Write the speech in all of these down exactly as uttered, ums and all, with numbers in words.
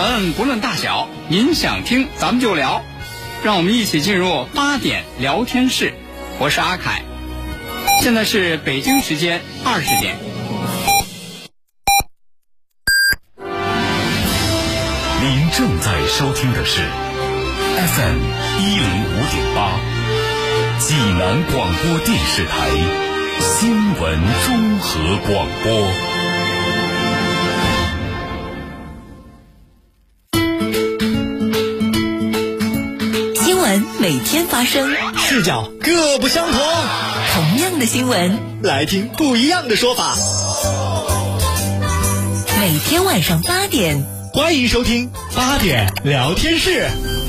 闻不论大小，您想听咱们就聊，让我们一起进入八点聊天室。我是阿凯，现在是北京时间二十点。 您正在收听的是 F M 一零五点八，济南广播电视台新闻综合广播。 新闻每天发生， 视角各不相同。 同样的新闻， 来听不一样的说法。 每天晚上八点， 欢迎收听八点聊天室。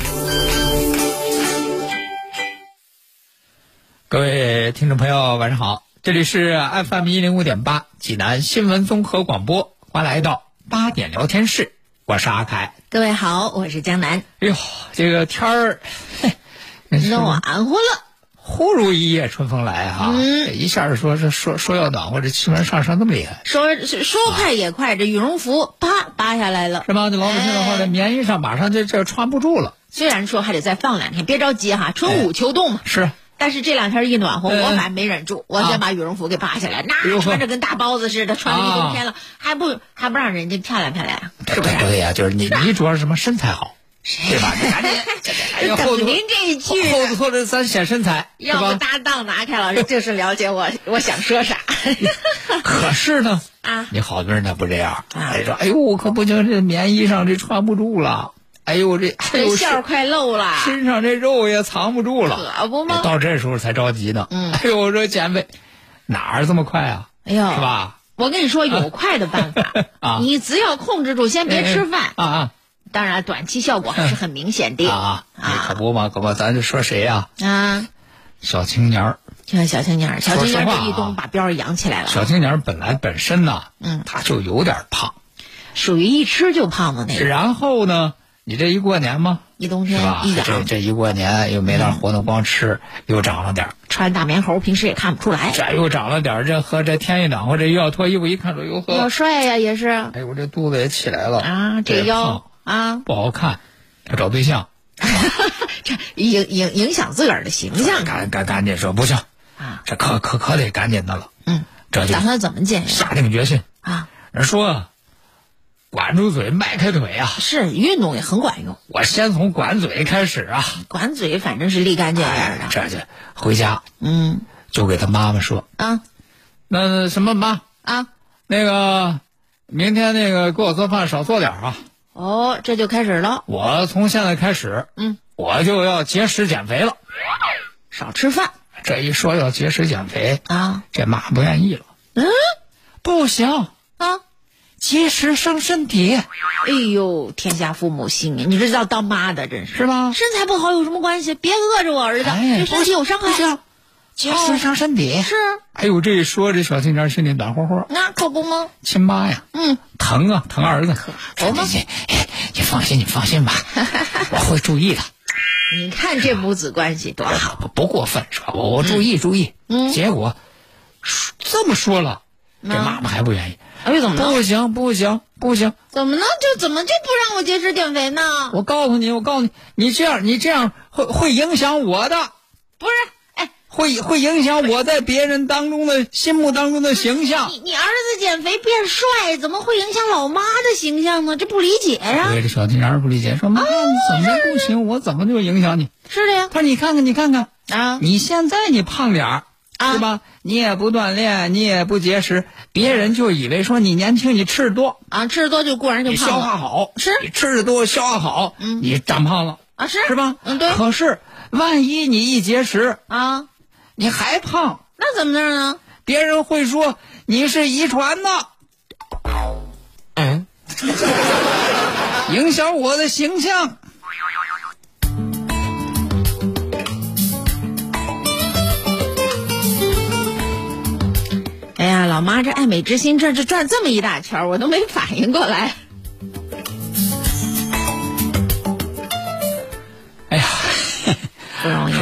各位听众朋友晚上好，这里是 F M 一零五点八济南新闻综合广播，欢迎来到八点聊天室，我是阿凯。 各位好，我是江南。 哎呦，这个天儿暖和了， 忽如一夜春风来哈、啊嗯、一下说是说说要暖和，这气温上升这么厉害， 说说快也快、啊、这羽绒服啪扒下来了， 是吗？这老百姓的话，这棉衣裳马上这这穿不住了。 虽然说还得再放两天，别着急哈，春捂秋冻嘛、哎、 是。 但是这两天一暖和、嗯、我反正没忍住，我先把羽绒服给扒下来、啊、那穿着跟大包子似的，穿了一冬天了、啊、还不还不让人家漂亮漂亮，是不是？ 对呀、啊，就是你你主要是什么身材好，对吧？你赶紧哎呀， 等您这一句后头后头咱显身材， 要不搭档拿开老师就是了解我我想说啥。 可是呢啊，你好多人他不这样，哎说哎呦我可不行，这棉衣裳这穿不住了。哎呦这这馅儿快漏了， 身上这肉也藏不住了， 可不吗？ 到这时候才着急呢。嗯，哎呦我说减肥哪儿这么快啊？ 哎呦， 是吧？ 我跟你说有快的办法啊，你只要控制住，先别吃饭啊啊。 当然短期效果还是很明显的啊啊！可不嘛，可不，咱就说谁呀？ 啊， 小青年儿。 就像小青年儿，小青年儿这一冬把膘儿扬起来了。 小青年儿本来本身呢，嗯，他就有点胖， 属于一吃就胖的那个。 然后呢？你这一过年吗？ 一冬天一长，这这一过年又没点活动，光吃又长了点。 穿大棉猴，平时也看不出来。 这又长了点，这和这天一暖和，这又要脱衣服，一看说哟呵， 要帅呀，也是。 哎呦，我这肚子也起来了啊！这腰啊不好看，要找对象。 这影影影响自个儿的形象。 赶赶赶紧说不行啊！这可可可得赶紧的了。 嗯， 这就打算怎么减？ 下定决心啊！ 人说。管住嘴，迈开腿啊！ 是运动也很管用。 我先从管嘴开始啊！ 管嘴反正是立竿见影的、哎。 这就回家， 嗯， 就给他妈妈说啊， 那什么妈啊， 那个明天那个给我做饭少做点啊。 哦，这就开始了。 我从现在开始， 嗯， 我就要节食减肥了， 少吃饭。 这一说要节食减肥啊， 这妈不愿意了。 嗯， 不行啊。 节食伤身体， 哎呦，天下父母心呀！你这叫当妈的，真是是吧？ 身材不好有什么关系？别饿着我儿子， 哎、 对身体有伤害。 行，节食伤身体、 哦、是。 哎呦，这一说这小青年心里暖和和。 那可不吗？ 亲妈呀， 嗯， 疼啊，疼儿子。 可不吗？ 你你放心，你放心吧，我会注意的。 你看这母子关系多好， 不不过分是吧？我我注意、嗯、注意。 嗯， 结果这么说了，这妈妈还不愿意。 哎呦，怎么了？ 不行不行不行！ 怎么呢？就怎么就不让我节食减肥呢？ 我告诉你，我告诉你，你这样你这样会会影响我的， 不是？哎， 会会影响我在别人当中的心目当中的形象。 你你儿子减肥变帅，怎么会影响老妈的形象呢？这不理解呀！ 对，这小青年不理解，说妈、啊、怎么不行？我怎么就影响你？ 是的呀。 他说你看看你看看啊， 你现在你胖点儿。 啊、 是吧？你也不锻炼，你也不节食，别人就以为说你年轻，你吃的多啊，吃的多就固然就胖了， 你消化好， 是你吃的多，消化好， 嗯， 你长胖了啊，是是吧？ 嗯，对。 可是万一你一节食啊， 你还胖， 那怎么着呢？ 别人会说你是遗传的， 嗯， 影响我的形象。 哎呀，老妈这爱美之心转这转这么一大圈，我都没反应过来。 哎呀， 不容易。 说是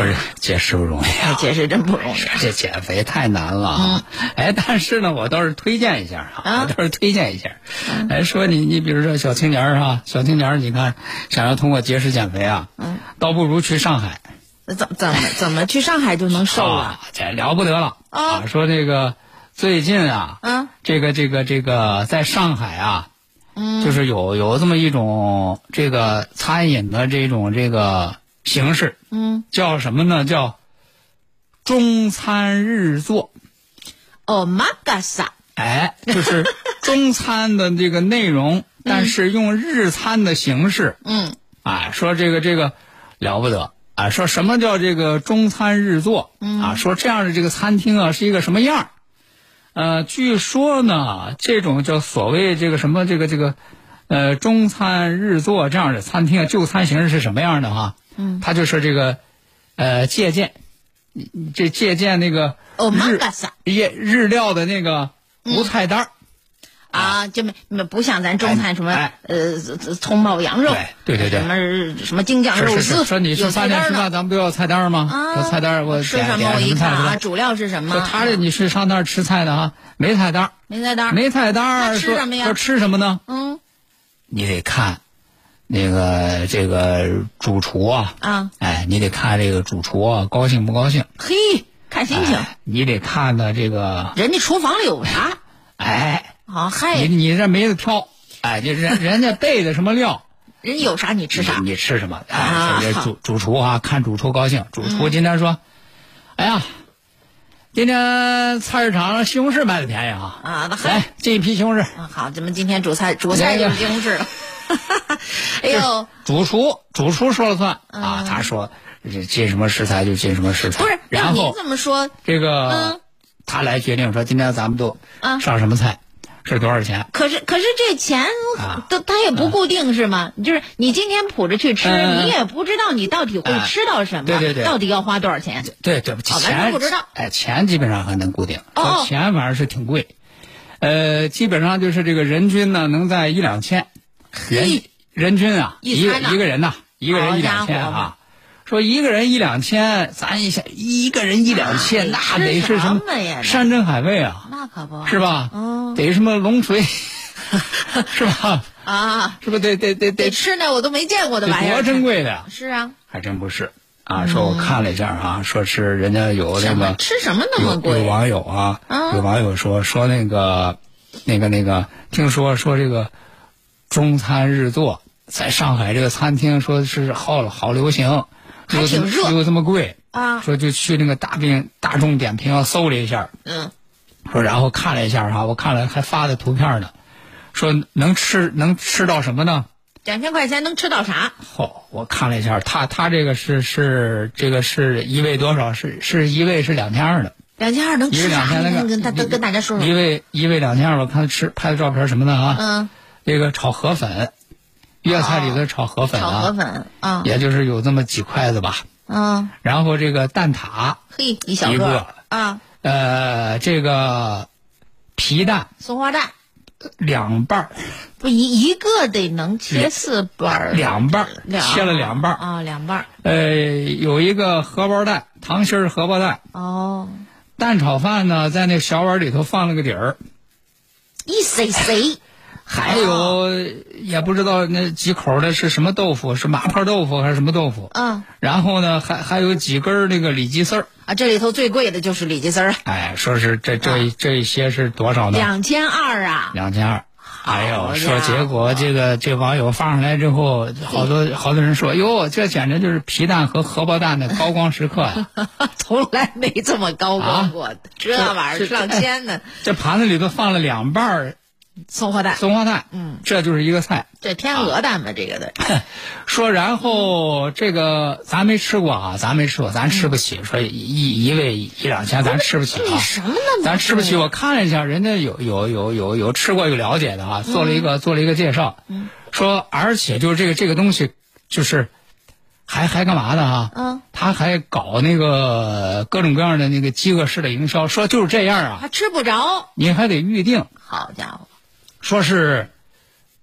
节食不容易啊， 节食真不容易， 这减肥太难了啊！嗯、哎，但是呢，我倒是推荐一下哈，啊、我倒是推荐一下。嗯、哎，说你你比如说小青年儿哈，小青年儿，你看想要通过节食减肥啊，嗯，倒不如去上海。 怎怎么怎么去上海就能瘦了？ 啊、这了不得了啊！啊说这个最近啊，嗯，这个这个这个在上海啊，嗯，就是有有这么一种这个餐饮的这种这个形式，嗯，叫什么呢？叫中餐日做。 哦，玛嘎萨。 哎，就是中餐的这个内容，但是用日餐的形式。嗯。啊，说这个这个了不得啊！说什么叫这个中餐日做？嗯。啊，说这样的这个餐厅啊是一个什么样？呃，据说呢，这种叫所谓这个什么这个这个，呃，中餐日做这样的餐厅啊，就餐形式是什么样的哈？嗯。它就是这个，呃，借鉴。这借鉴那个日日日料的那个无菜单、 嗯、啊，就没没不像咱中餐什么、哎、呃葱爆羊肉， 对对对， 什么什么京酱肉丝， 是是是说你去饭店吃饭，咱们不要菜单吗？啊，有菜单我吃什么我一看啊，主料是什么？ 他这你是上那儿吃菜的哈，没菜单， 没菜单， 没菜单， 吃什么呀？ 说吃什么呢？ 嗯， 你得看。那个这个主厨啊，啊，哎，你得看这个主厨啊高兴不高兴？ 嘿，看心情。 哎、你得看的这个人家厨房里有啥？ 哎， 啊嗨， 你你这没得挑，哎，这人人家备的什么料， 人家有啥你吃啥， 你, 你吃什么？哎，啊、这主主厨啊，看主厨高兴。主厨今天说，嗯、哎呀，今天菜市场上西红柿卖的便宜啊， 啊，那来进一批西红柿。 啊、好，咱们今天主菜主菜就是西红柿了。哎呦， 主厨主厨说了算、嗯、啊！他说进什么食材就进什么食材， 不是？ 然后您这么说， 这个、嗯、他来决定说今天咱们都上什么菜，嗯、是多少钱？ 可是可是这钱都、啊、他也不固定、啊、是吗？就是你今天谱着去吃、嗯，你也不知道你到底会吃到什么， 对对对， 到底要花多少钱？ 对对，钱不知道。 哎，钱基本上还能固定，哦，钱反正是挺贵，呃，基本上就是这个人均呢能在一两千。人人均啊，一个一个人呐，一个人一两千啊。说一个人一两千，咱一想一个人一两千，那得是什么山珍海味啊？ 那可不是吧？嗯，得什么龙髓，是吧？ 啊， 是不是得得得得吃那我都没见过的玩意儿？ 多珍贵的！ 是啊， 还真不是啊。说我看了一下啊，说是人家有那个吃什么那么贵？ 有网友啊，有网友说说那个那个那个，听说说这个。中餐日做在上海这个餐厅说是好好流行， 还挺热， 又这么贵啊！ 说就去那个大病大众点评上搜了一下，嗯，说然后看了一下哈，我看了还发的图片呢，说能吃能吃到什么呢？ 两千块钱能吃到啥？ 哦，我看了一下，他他这个是是这个是一位多少？是是一位是两千二的， 两千二能吃啥？ 那个跟大跟大家说说。 一位一位两千二，我看他吃拍的照片什么的啊？ 嗯。 这个炒河粉，粤菜里的炒河粉啊， 炒河粉啊， 也就是有这么几筷子吧。嗯。然后这个蛋挞， 嘿，一小个啊。 呃，这个皮蛋， 松花蛋， 两瓣儿。 不一一个得能切四瓣儿。 两瓣儿，切了两瓣儿啊，两瓣儿。 呃，有一个荷包蛋，糖心儿荷包蛋。 哦。 蛋炒饭呢，在那小碗里头放了个底儿。 一塞塞。 还有也不知道那几口的是什么豆腐，是麻婆豆腐还是什么豆腐？嗯。然后呢，还还有几根那个里脊丝儿啊，这里头最贵的就是里脊丝儿。 哎，说是这这这一些是多少呢？ 两千二啊！ 两千二。哎呦，说结果这个这网友放上来之后，好多好多人说，哟，这简直就是皮蛋和荷包蛋的高光时刻呀！ 从来没这么高光过，啊、这玩意儿上千呢。 这盘子里头放了两瓣儿。 松花蛋， 松花蛋，嗯，这就是一个菜。 这天鹅蛋吧，啊、这个的。 说，然后这个咱没吃过啊，咱没吃过，咱吃不起。嗯、说一一位一两千，咱吃不起啊。 你什么那么？ 咱吃不起。我看了一下，人家有有有有有吃过有了解的啊，做了一个、嗯、做了一个介绍，嗯、说而且就是这个这个东西就是还还干嘛呢啊？嗯，他还搞那个各种各样的那个饥饿式的营销，说就是这样啊， 还吃不着， 你还得预定。 好家伙！ 说是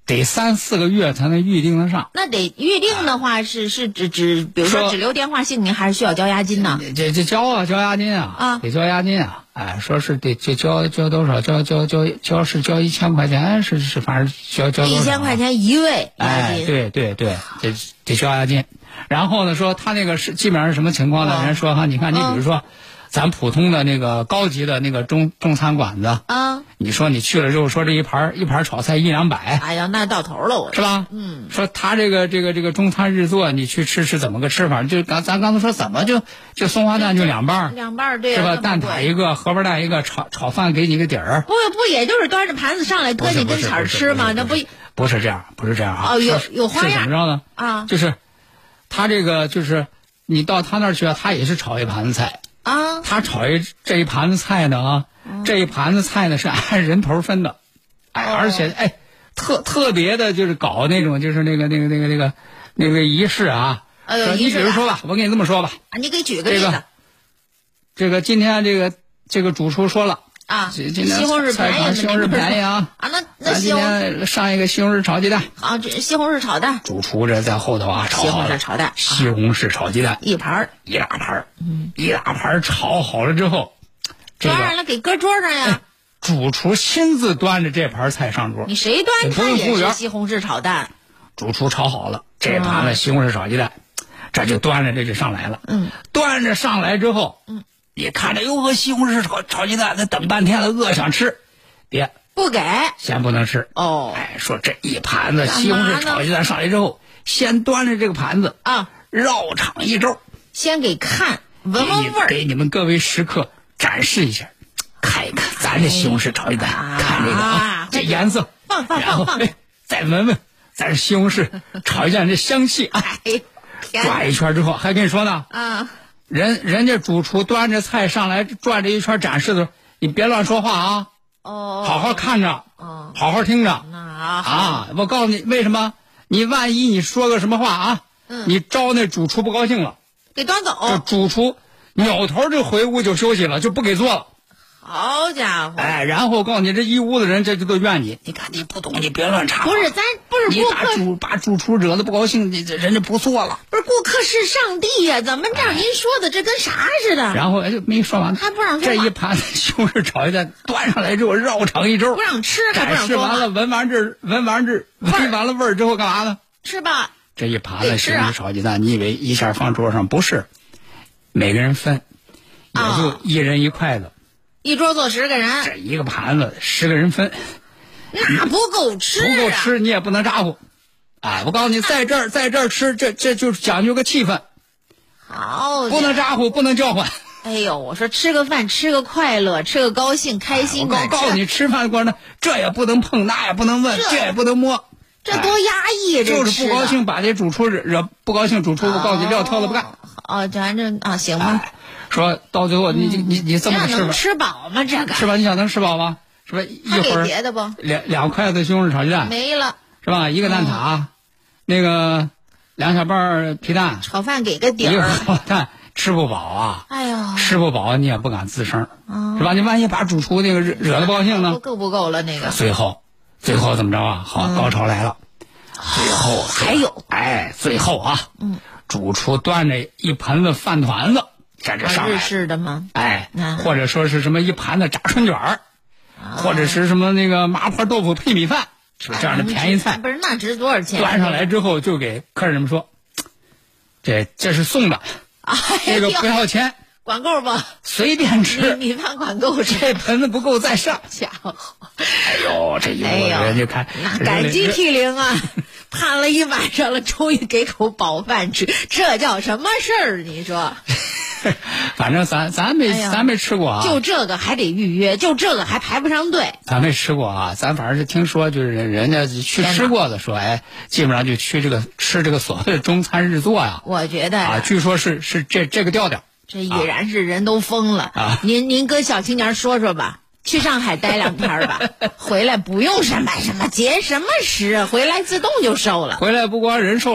得三四个月才能预定得上。 那得预定的话是是只只，比如说只留电话姓名，还是需要交押金呢？ 这这交啊，交押金啊， 啊， 得交押金啊。哎，说是得这交交多少？交交交交是交一千块钱，是是，反正交交一千块钱一位押金。 哎，对对对，得得交押金。然后呢，说他那个是基本上是什么情况呢？人说哈，你看你比如说。咱普通的那个高级的那个中中餐馆子啊， 你说你去了之后，说这一盘一盘炒菜一两百， 哎呀，那到头了，我是吧？嗯，说他这个这个这个中餐日做，你去吃是怎么个吃法？就刚咱刚才说怎么就就松花蛋就两瓣， 两瓣对， 是吧？蛋挞一个，荷包蛋一个，炒炒饭给你个底儿。 不不，也就是端着盘子上来搁你跟前儿吃嘛，那不不是这样，不是这样啊。 哦，有有花样。 是怎么着呢？ 啊， 就是他这个就是你到他那儿去啊，他也是炒一盘子菜。 啊， 他炒一这一盘子菜呢啊，嗯、这一盘子菜呢是按人头分的，哎，哦、而且哎，特特别的就是搞那种就是那个那个那个那个那个仪式啊。 哎呦， 你比如说吧，我给你这么说吧。 啊，你给举个例子。 这个，这个今天这个这个主厨说了。 啊， 今天西红柿便宜， 西红柿便宜啊！ 啊，那那西红柿上一个西红柿炒鸡蛋。 啊，这西红柿炒蛋。 主厨这在后头啊，炒西红柿炒蛋， 西红柿炒鸡蛋一盘一大盘嗯，一大盘炒好了之后， 当然了，给搁桌上呀。 主厨亲自端着这盘菜上桌。 你谁端他也是西红柿炒蛋。 主厨炒好了，这盘子西红柿炒鸡蛋，这就端着这就上来了。 嗯， 端着上来之后， 嗯。 你看着哟，西红柿炒炒鸡蛋，那等半天了，饿想吃，别不给， 先不能吃哦。 哎，说这一盘子西红柿炒鸡蛋上来之后，先端着这个盘子啊， 绕场一周， 先给看闻闻味儿， 给你们各位食客展示一下，看一看咱这西红柿炒鸡蛋， 啊、 看这个啊，这颜色， 放放放放， 哎，再闻闻咱这西红柿炒鸡蛋这香气啊， 哎， 转一圈之后还跟你说呢啊。 人人家主厨端着菜上来转着一圈展示的时候，你别乱说话啊！ 哦， 好好看着， 哦， 好好听着。 啊， 我告诉你为什么？你万一你说个什么话啊， 嗯， 你招那主厨不高兴了， 给端走。 这主厨扭头就回屋就休息了，就不给做了。 好家伙！ 哎，然后我告诉你，这一屋子人这就都怨你。你看你不懂，你别乱插。 不是，咱不是你把主把主厨惹得不高兴，你这人家不做了。 不是，顾客是上帝呀、啊，怎么这样？您说的这跟啥似的？ 然后哎，没说完， 还不让这一盘西红柿炒鸡蛋端上来之后，绕场一周， 不让吃，还不让吃完了，闻完这闻完这闻完了味儿之后，干嘛呢？ 吃吧。 这一盘子西红柿炒鸡蛋，你以为一下放桌上？不是，每个人分，也就一人一筷子。 哦一桌坐十个人， 这一个盘子十个人分， 那不够吃、啊， 不够吃你也不能咋呼。哎，我告诉你，在这儿在这儿吃，这这就是讲究个气氛， 好， 不能咋呼，不能叫唤。 哎呦，我说吃个饭，吃个快乐，吃个高兴，开心的。 我告诉你，吃饭过程这也不能碰，那也不能问，这也不能摸， 这多压抑、哎！ 就是不高兴，把这主厨惹惹不高兴，主厨我告诉你，撂挑子不干。 哦，咱这啊，行吧。 哎说到最后，你你你你这么吃吧？ 能吃饱吗？这个是吧？你想能吃饱吗？是吧？一会儿别的不？ 两两筷子西红柿炒鸡蛋没了， 是吧？一个蛋挞，嗯、那个两小瓣皮蛋， 炒饭给个底儿， 一个荷包蛋，吃不饱啊！ 哎呦， 吃不饱你也不敢吱声， 哦、 是吧？你万一把主厨那个惹惹得不高兴呢？ 够不够了那个？ 最后，最后怎么着啊？好，嗯、高潮来了，最后还有， 哎，最后啊， 嗯， 主厨端着一盆子饭团子。在这上来， 日式的吗？ 哎，或者说是什么一盘子炸春卷儿，啊、或者是什么那个麻婆豆腐配米饭，是这样的便宜菜。 不是，那值多少钱？ 端上来之后就给客人们说，这这是送的， 哎、 这个不要钱， 管够吧？ 随便吃。 米饭管够吃， 这盆子不够再上。 家伙！ 哎呦，这一屋人就看， 那感激涕零啊！盼了一晚上了，终于给口饱饭吃，这叫什么事儿？你说？ 反正咱咱没、哎、咱没吃过啊， 就这个还得预约，就这个还排不上队。 咱没吃过啊，咱反正是听说，就是人家去吃过的说，哎，基本上就去这个吃这个所谓的中餐日做呀。 我觉得啊，据说是是这这个调调。 这已然是人都疯了啊！ 您您跟小青年说说吧，去上海待两天吧，回来不用什么什么节什么食，回来自动就瘦了。 回来不光人瘦了。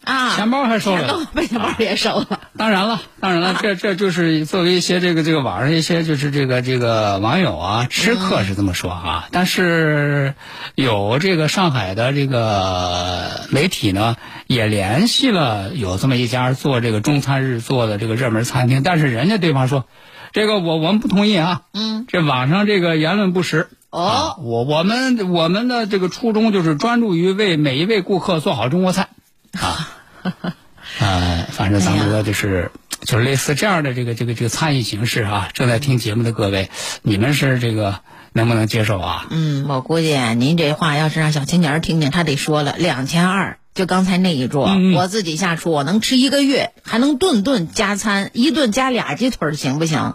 啊， 钱包还收了， 钱包被钱包也收了。啊、 当然了，当然了，这这就是作为一些这个这个网上一些就是这个这个网友啊，吃客是这么说啊。嗯、但是有这个上海的这个媒体呢，也联系了有这么一家做这个中餐日做的这个热门餐厅，但是人家对方说，这个我我们不同意啊。嗯，这网上这个言论不实。哦，啊、我我们我们的这个初衷就是专注于为每一位顾客做好中国菜，啊，呃，反正咱们说就是、哎、就是类似这样的这个这个这个参与形式啊，正在听节目的各位，你们是这个能不能接受啊？ 嗯，我估计您这话要是让小青年听见，他得说了两千二，就刚才那一桌，嗯、我自己下厨我能吃一个月，还能顿顿加餐，一顿加俩鸡腿行不行？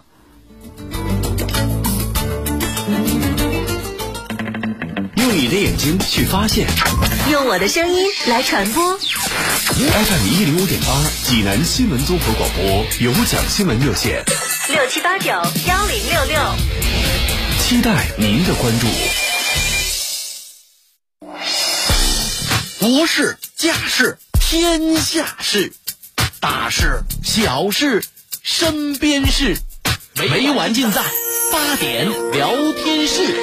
用你的眼睛去发现， 用我的声音来传播。 F M 一零五点八，济南新闻综合广播有奖新闻热线六七八九幺零六六， 期待您的关注。 国事、家事、天下事，大事、小事、身边事，每晚尽在八点聊天室。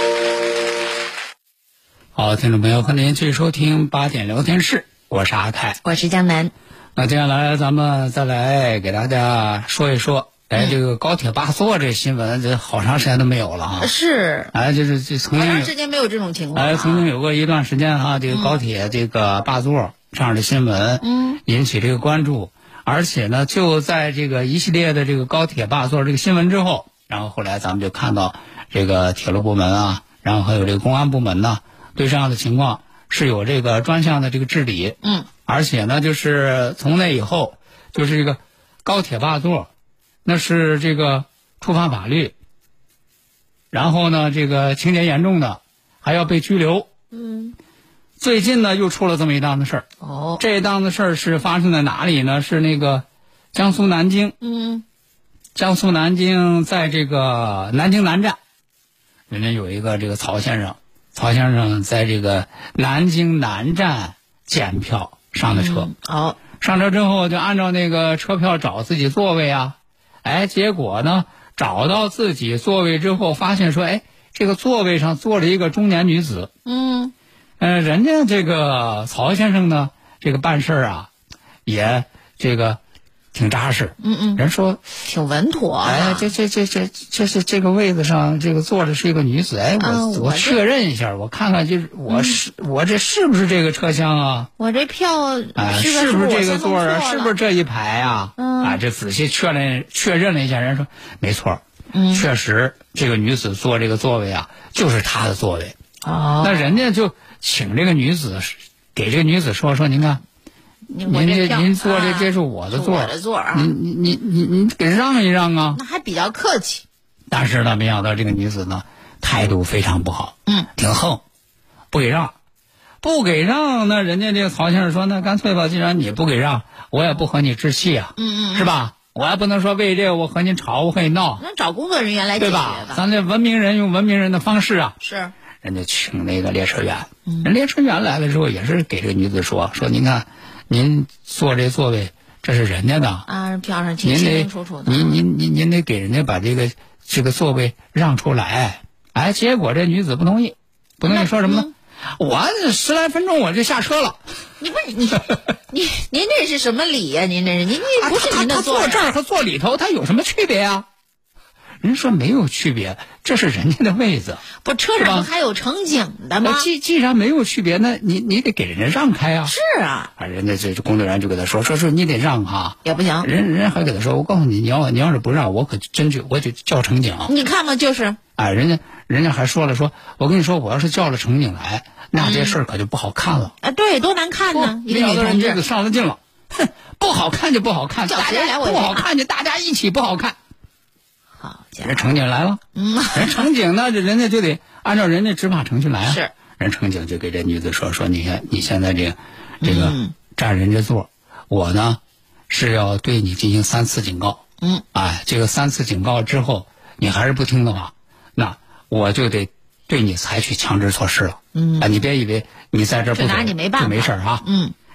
好，听众朋友，欢迎您继续收听八点聊天室，我是阿凯， 我是江南。 那接下来咱们再来给大家说一说，哎，这个高铁霸座这新闻，这好长时间都没有了啊。 是， 哎，就是这曾经好长时间没有这种情况。 哎，曾经有过一段时间哈、啊，这个高铁这个霸座这样的新闻，嗯，引起这个关注，而且呢，就在这个一系列的这个高铁霸座这个新闻之后，然后后来咱们就看到这个铁路部门啊，然后还有这个公安部门呢。对这样的情况是有这个专项的这个治理，嗯，而且呢，就是从那以后，就是这个高铁霸座，那是这个触犯法律，然后呢，这个情节严重的还要被拘留，嗯，最近呢又出了这么一档子事儿，哦，这一档子事儿是发生在哪里呢？是那个江苏南京，嗯，江苏南京在这个南京南站，人家有一个这个曹先生。曹先生在这个南京南站检票上的车，好、嗯，上车之后就按照那个车票找自己座位啊，哎，结果呢找到自己座位之后，发现说，哎，这个座位上坐了一个中年女子，嗯，呃，人家这个曹先生呢，这个办事啊，也这个挺扎实，嗯嗯，人说挺稳妥、啊。 哎，这这这这这是这个位子上这个坐的是一个女子，哎，我、啊、我, 我确认一下，我看看就是我是、嗯、我这是不是这个车厢啊？ 我这票哎是不是这个座啊？是不是这一排啊？嗯，啊，这仔细确认确认了一下，人说没错，嗯，确实这个女子坐这个座位啊，就是她的座位。哦，那人家就请这个女子给这个女子说说，您看。您这您坐这这是我的座， 我的座啊！ 您您您您您给让一让啊！ 那还比较客气。 但是呢，没想到这个女子呢态度非常不好，嗯，挺横，不给让，不给让。那人家这个曹先生说，那干脆吧，既然你不给让，我也不和你置气啊，嗯嗯，是吧？我还不能说为这个我和你吵，我和你闹。 那找工作人员来解决吧， 对吧？咱这文明人用文明人的方式啊， 是。 人家请那个列车员，嗯、人列车员来了之后也是给这个女子说说，您看。您坐这座位，这是人家的啊，票上清清楚楚的。 您您您您得给人家把这个这个座位让出来。哎，结果这女子不同意，不同意说什么呢？嗯、我十来分钟我就下车了。 你不是你你您这是什么理呀、啊？您这是您您不是您的座、啊他，他坐这儿和坐里头，他有什么区别啊？人说没有区别，这是人家的位子。 不，车上不还有乘警的吗？ 既既然没有区别，那你你得给人家让开啊。 是啊， 啊，人家这工作人员就给他说说说你得让哈， 也不行。 人人还给他说，我告诉你，你要你要是不让，我可真就我就叫乘警。 你看嘛，就是。 啊，人家人家还说了说，我跟你说，我要是叫了乘警来，那这事儿可就不好看了。 啊，对，多难看呢！ 一个女同志上了劲了，哼，不好看就不好看，大家不好看就大家一起不好看。 好， 人乘警来了，嗯，人乘警呢，这人家就得按照人家执法程序来啊。 是， 人乘警就给这女子说说，你看你现在这个这个占人家座，我呢是要对你进行三次警告。嗯，哎，这个三次警告之后，你还是不听的话，那我就得对你采取强制措施了。嗯，啊，你别以为你在这儿不走就拿你没办法就没事啊。嗯，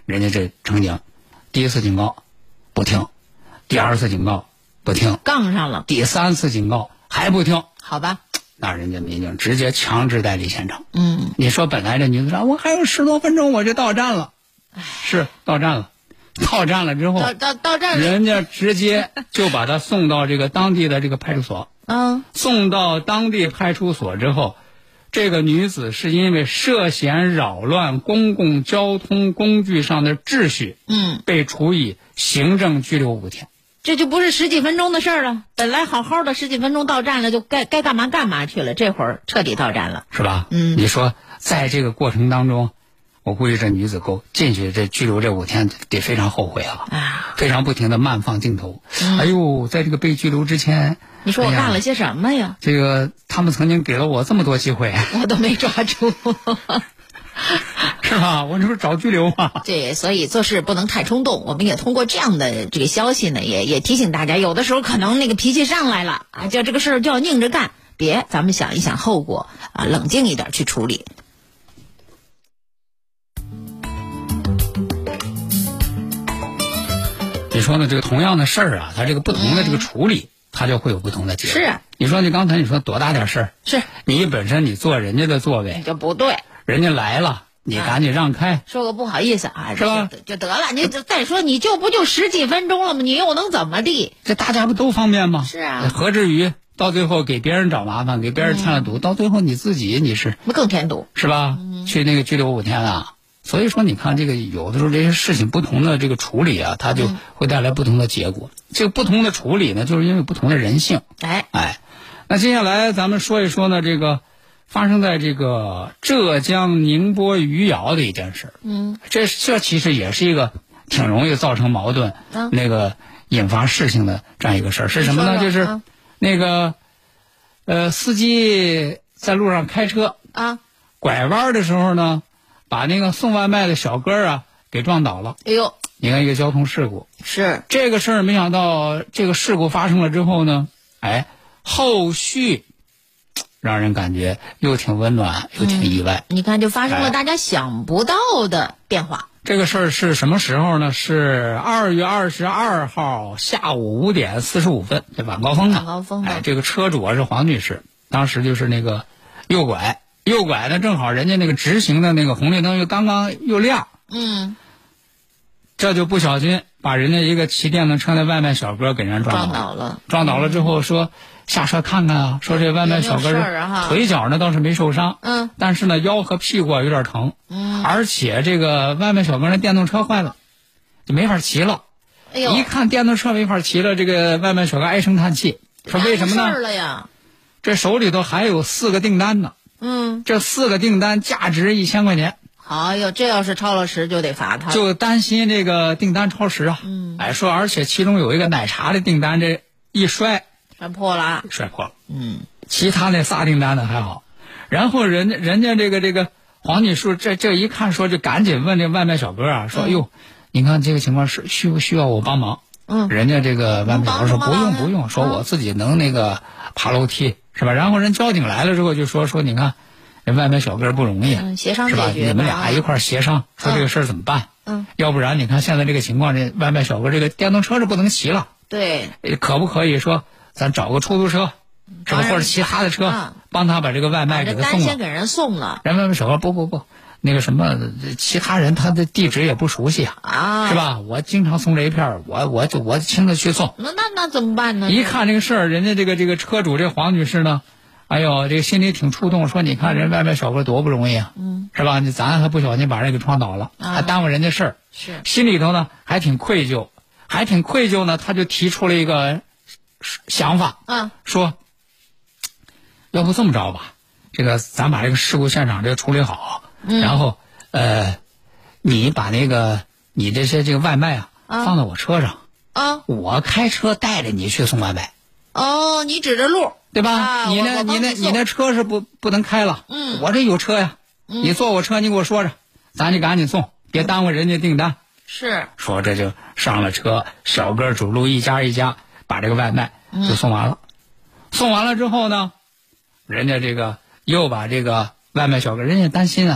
人家这乘警第一次警告不听，第二次警告不听， 杠上了， 第三次警告还不听， 好吧？ 那人家民警直接强制带离现场。 嗯， 你说本来这女子说我还有十多分钟我就到站了，是到站了，到站了之后， 到到到站了， 人家直接就把她送到这个当地的这个派出所。 嗯， 送到当地派出所之后，这个女子是因为涉嫌扰乱公共交通工具上的秩序， 嗯， 被处以行政拘留五天。 这就不是十几分钟的事儿了，本来好好的十几分钟到站了，就该该干嘛干嘛去了，这会儿彻底到站了， 是吧？ 嗯， 你说在这个过程当中，我估计这女子够进去这拘留这五天得非常后悔啊， 啊， 非常不停的慢放镜头。 嗯、 哎呦，在这个被拘留之前， 你说我哎呀干了些什么呀？ 这个他们曾经给了我这么多机会， 我都没抓住。 是吧？我这不是找拘留吗？ 对，所以做事不能太冲动。我们也通过这样的这个消息呢，也也提醒大家，有的时候可能那个脾气上来了啊，就这个事儿就要拧着干，别，咱们想一想后果啊，冷静一点去处理。 你说呢？这个同样的事儿啊，它这个不同的这个处理，嗯、它就会有不同的结果。 是啊， 你说你刚才你说多大点事儿？ 是你本身你坐人家的座位就不对， 人家来了。你赶紧让开， 啊、说个不好意思啊， 是吧？ 就得了，你再说你就不就十几分钟了吗？你又能怎么地？ 这大家不都方便吗？ 是啊， 何至于到最后给别人找麻烦，给别人添了堵，嗯、到最后你自己你是不更添堵是吧？嗯、去那个拘留五天啊。所以说，你看这个有的时候这些事情不同的这个处理啊，它就会带来不同的结果。嗯、这个不同的处理呢，就是因为不同的人性。 哎哎，那接下来咱们说一说呢，这个。发生在这个浙江宁波余姚的一件事， 嗯， 这这其实也是一个挺容易造成矛盾、 嗯、 那个引发事情的这样一个事儿，是什么呢？ 说说就是、 啊、 那个呃，司机在路上开车啊， 拐弯的时候呢，把那个送外卖的小哥啊给撞倒了。 哎呦， 你看一个交通事故， 是这个事儿，没想到这个事故发生了之后呢，哎，后续。让人感觉又挺温暖又挺意外、 嗯、你看就发生了大家想不到的变化、 哎、这个事儿是什么时候呢？是二月二十二号下午五点四十五分，这晚高峰啊， 晚高峰啊， 哎，这个车主啊是黄女士，当时就是那个右拐右拐呢，正好人家那个直行的那个红绿灯又刚刚又亮， 嗯， 这就不小心把人家一个骑电动车的外卖小哥给人撞倒了， 撞倒了之后说下车看看啊，说这外卖小哥腿脚呢倒是没受伤， 嗯， 但是呢腰和屁股有点疼， 嗯， 而且这个外卖小哥的电动车坏了，就没法骑了。 哎呦， 一看电动车没法骑了，这个外卖小哥唉声叹气，说为什么呢？ 事了呀， 这手里头还有四个订单呢， 嗯， 这四个订单价值一千块钱。 哎呦，这要是超了时就得罚他， 就担心这个订单超时啊， 嗯， 哎说而且其中有一个奶茶的订单，这一摔。 摔破了， 摔破了。 嗯， 其他那仨订单呢还好，然后人家人家这个这个黄女士这这一看说就赶紧问这外卖小哥啊说，哎呦，你看这个情况是需不需要我帮忙？ 嗯， 人家这个外卖小哥说不用不用，说我自己能那个爬楼梯是吧？然后人交警来了之后就说说你看，人外卖小哥不容易， 嗯，协商是吧？ 解决你们俩一块协商说这个事儿怎么办？ 嗯， 要不然你看现在这个情况，这外卖小哥这个电动车是不能骑了， 对， 可不可以说？咱找个出租车，是吧？或者其他的车， 嗯、 帮他把这个外卖给他送了。 先给人送了。 人外卖小哥不不不，那个什么，其他人他的地址也不熟悉啊， 啊， 是吧？我经常送这一片，我我就我亲自去送。 那那那怎么办呢？ 一看这个事儿，人家这个这个车主这黄女士呢，哎呦，这个心里挺触动，说你看人外卖小哥多不容易啊， 嗯， 是吧？你咱还不小心把人给撞倒了， 啊、 还耽误人家事儿， 是心里头呢还挺愧疚，还挺愧疚呢，他就提出了一个。想法啊， 说，要不这么着吧，这个咱把这个事故现场这个处理好， 嗯、 然后呃，你把那个你这些这个外卖啊， 啊放到我车上啊， 我开车带着你去送外卖。 哦，你指着路对吧？ 啊、 你那你那你那车是不不能开了， 嗯， 我这有车呀， 嗯、 你坐我车，你给我说着，咱就赶紧送，别耽误人家订单。 是， 说这就上了车，小哥主路一家一家。把这个外卖就送完了，嗯、送完了之后呢，人家这个又把这个外卖小哥，人家担心啊，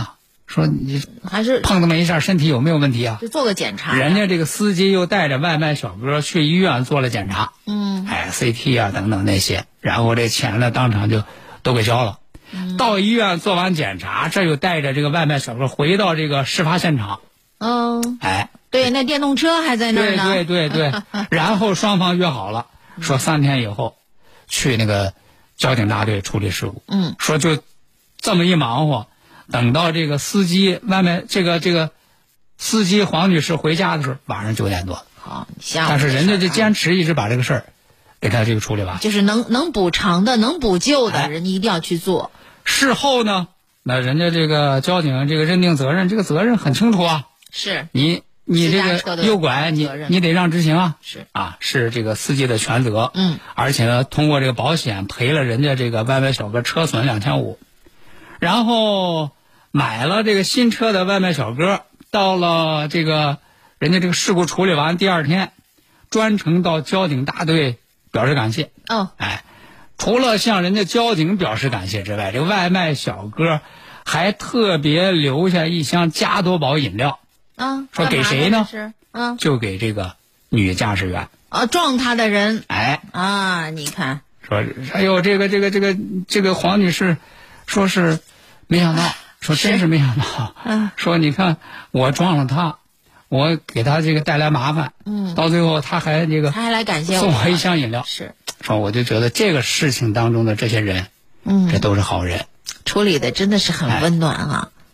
说你还是碰这么一下，身体有没有问题啊？ 就做个检查。 人家这个司机又带着外卖小哥去医院做了检查， 嗯， 哎 ，C T 啊等等那些，然后这钱呢当场就都给交了。嗯、到医院做完检查，这又带着这个外卖小哥回到这个事发现场。 嗯， 哎， 对，那电动车还在那儿呢。 对对对对，然后双方约好了，说三天以后去那个交警大队处理事故。 嗯， 说就这么一忙活，等到这个司机外面这个这个司机黄女士回家的时候，晚上九点多。 好，下午。 但是人家就坚持一直把这个事儿给他这个处理完。 就是能能补偿的、能补救的， 哎、 人家一定要去做。 事后呢，那人家这个交警这个认定责任，这个责任很清楚啊。 是你你这个诱拐，你你得让执行啊。 是啊，是这个司机的全责。 嗯， 而且呢，通过这个保险赔了人家这个外卖小哥车损两千五，然后买了这个新车的外卖小哥，到了这个人家这个事故处理完第二天，专程到交警大队表示感谢。 哦， 哎，除了向人家交警表示感谢之外，这个外卖小哥还特别留下一箱加多宝饮料。 啊， 说给谁呢？ 嗯， 就给这个女驾驶员。 啊，撞他的人。 哎， 啊，你看， 说，哎呦，这个这个这个这个黄女士，说是没想到，说真是没想到。嗯，说你看我撞了他，我给他这个带来麻烦。嗯，到最后他还这个， 他还来感谢我， 送我一箱饮料。 是， 说我就觉得这个事情当中的这些人，嗯，这都是好人， 处理的真的是很温暖啊。哎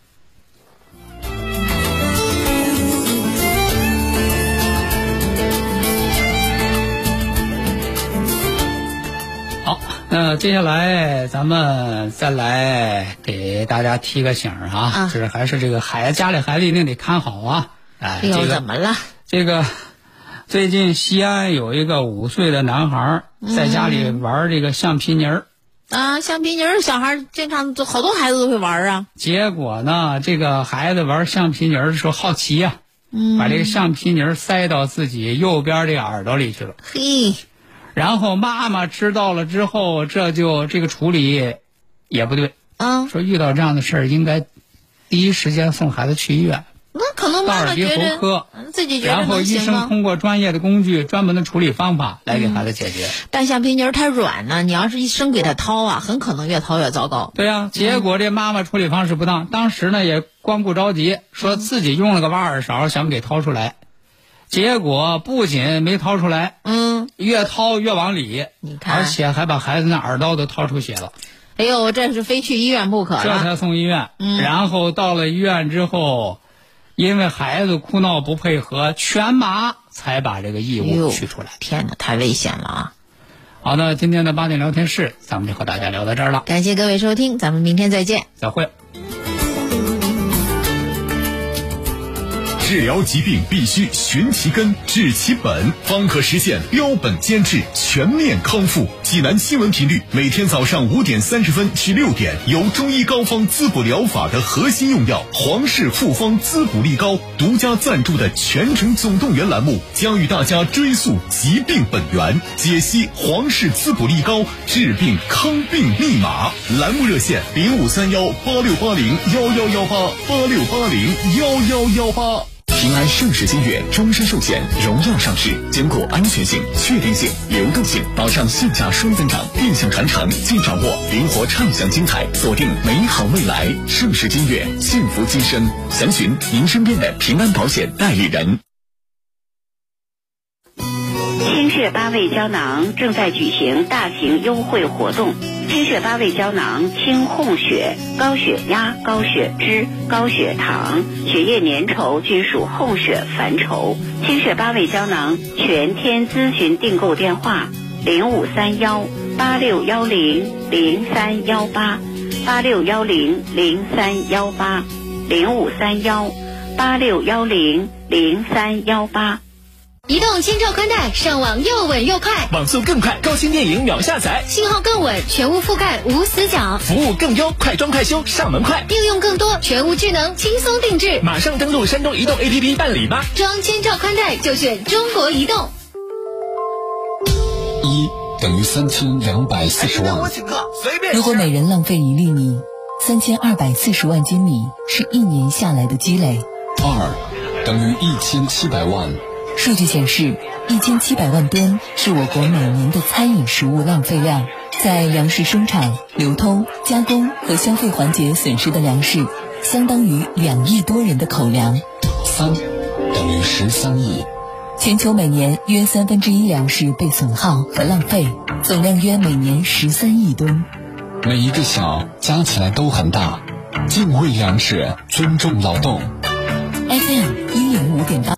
那接下来咱们再来给大家提个醒啊，啊就是还是这个孩家里孩子一定得看好啊。哎， 这个怎么了？ 这个最近西安有一个五岁的男孩在家里玩这个橡皮泥儿。 嗯、啊，橡皮泥儿，小孩经常都好多孩子都会玩啊。 结果呢，这个孩子玩橡皮泥儿的时候好奇呀、啊，嗯，把这个橡皮泥儿塞到自己右边这个耳朵里去了。 嘿。 然后妈妈知道了之后，这就这个处理也不对。 嗯， 说遇到这样的事儿，应该第一时间送孩子去医院。 那可能妈妈觉得科自己觉得然后医生通过专业的工具、专门的处理方法来给孩子解决。嗯、 但橡皮泥太软呢，你要是一生给他掏啊，很可能越掏越糟糕。 对呀、啊，结果这妈妈处理方式不当，当时呢也光顾着急，说自己用了个挖耳勺想给掏出来。结果不仅没掏出来， 嗯， 越掏越往里， 你看， 而且还把孩子那耳道都掏出血了。 哎呦，这是非去医院不可了。 这才送医院， 嗯， 然后到了医院之后，因为孩子哭闹不配合，全麻才把这个异物取出来。 天哪，太危险了啊！ 好的，今天的八点聊天室，咱们就和大家聊到这儿了。 感谢各位收听，咱们明天再见， 再会。 治疗疾病必须寻其根、治其本，方可实现标本兼治、全面康复。济南新闻频率每天早上五点三十分至六点，由中医膏方滋补疗法的核心用药皇氏复方滋补力膏独家赞助的全程总动员栏目，将与大家追溯疾病本源，解析皇氏滋补力膏治病康病密码。栏目热线零五三幺八六八零幺幺幺八八六八零幺幺幺八。平安盛世金悦终身寿险荣耀上市，兼顾安全性、确定性、流动性，保障性价双增长，变相传承，尽掌握灵活畅享精彩，锁定美好未来。盛世金悦，幸福今生。详询您身边的平安保险代理人。 清血八味胶囊正在举行大型优惠活动。清血八味胶囊清供血，高血压、高血脂、高血糖、血液粘稠均属供血烦愁。清血八味胶囊全天咨询订购电话：零五三幺八六幺零零三幺八八六幺零零三幺八零五三幺八六幺零零三幺八。 移动千兆宽带，上网又稳又快， 网速更快，高清电影秒下载， 信号更稳，全屋覆盖无死角， 服务更优，快装快修上门快， 应用更多，全屋智能轻松定制。 马上登录山东移动 A P P 办理吧， 装千兆宽带就选中国移动。 一等于三千两百四十万。 如果每人浪费一粒米， 三千二百四十万斤米是一年下来的积累。 二等于一千七百万。 数据显示，一千七百万吨是我国每年的餐饮食物浪费量。在粮食生产、流通、加工和消费环节损失的粮食，相当于两亿多人的口粮。 三等于十三亿。 全球每年约三分之一粮食被损耗和浪费，总量约每年十三亿吨。 每一个小加起来都很大。敬畏粮食，尊重劳动。 F M 一零五点八。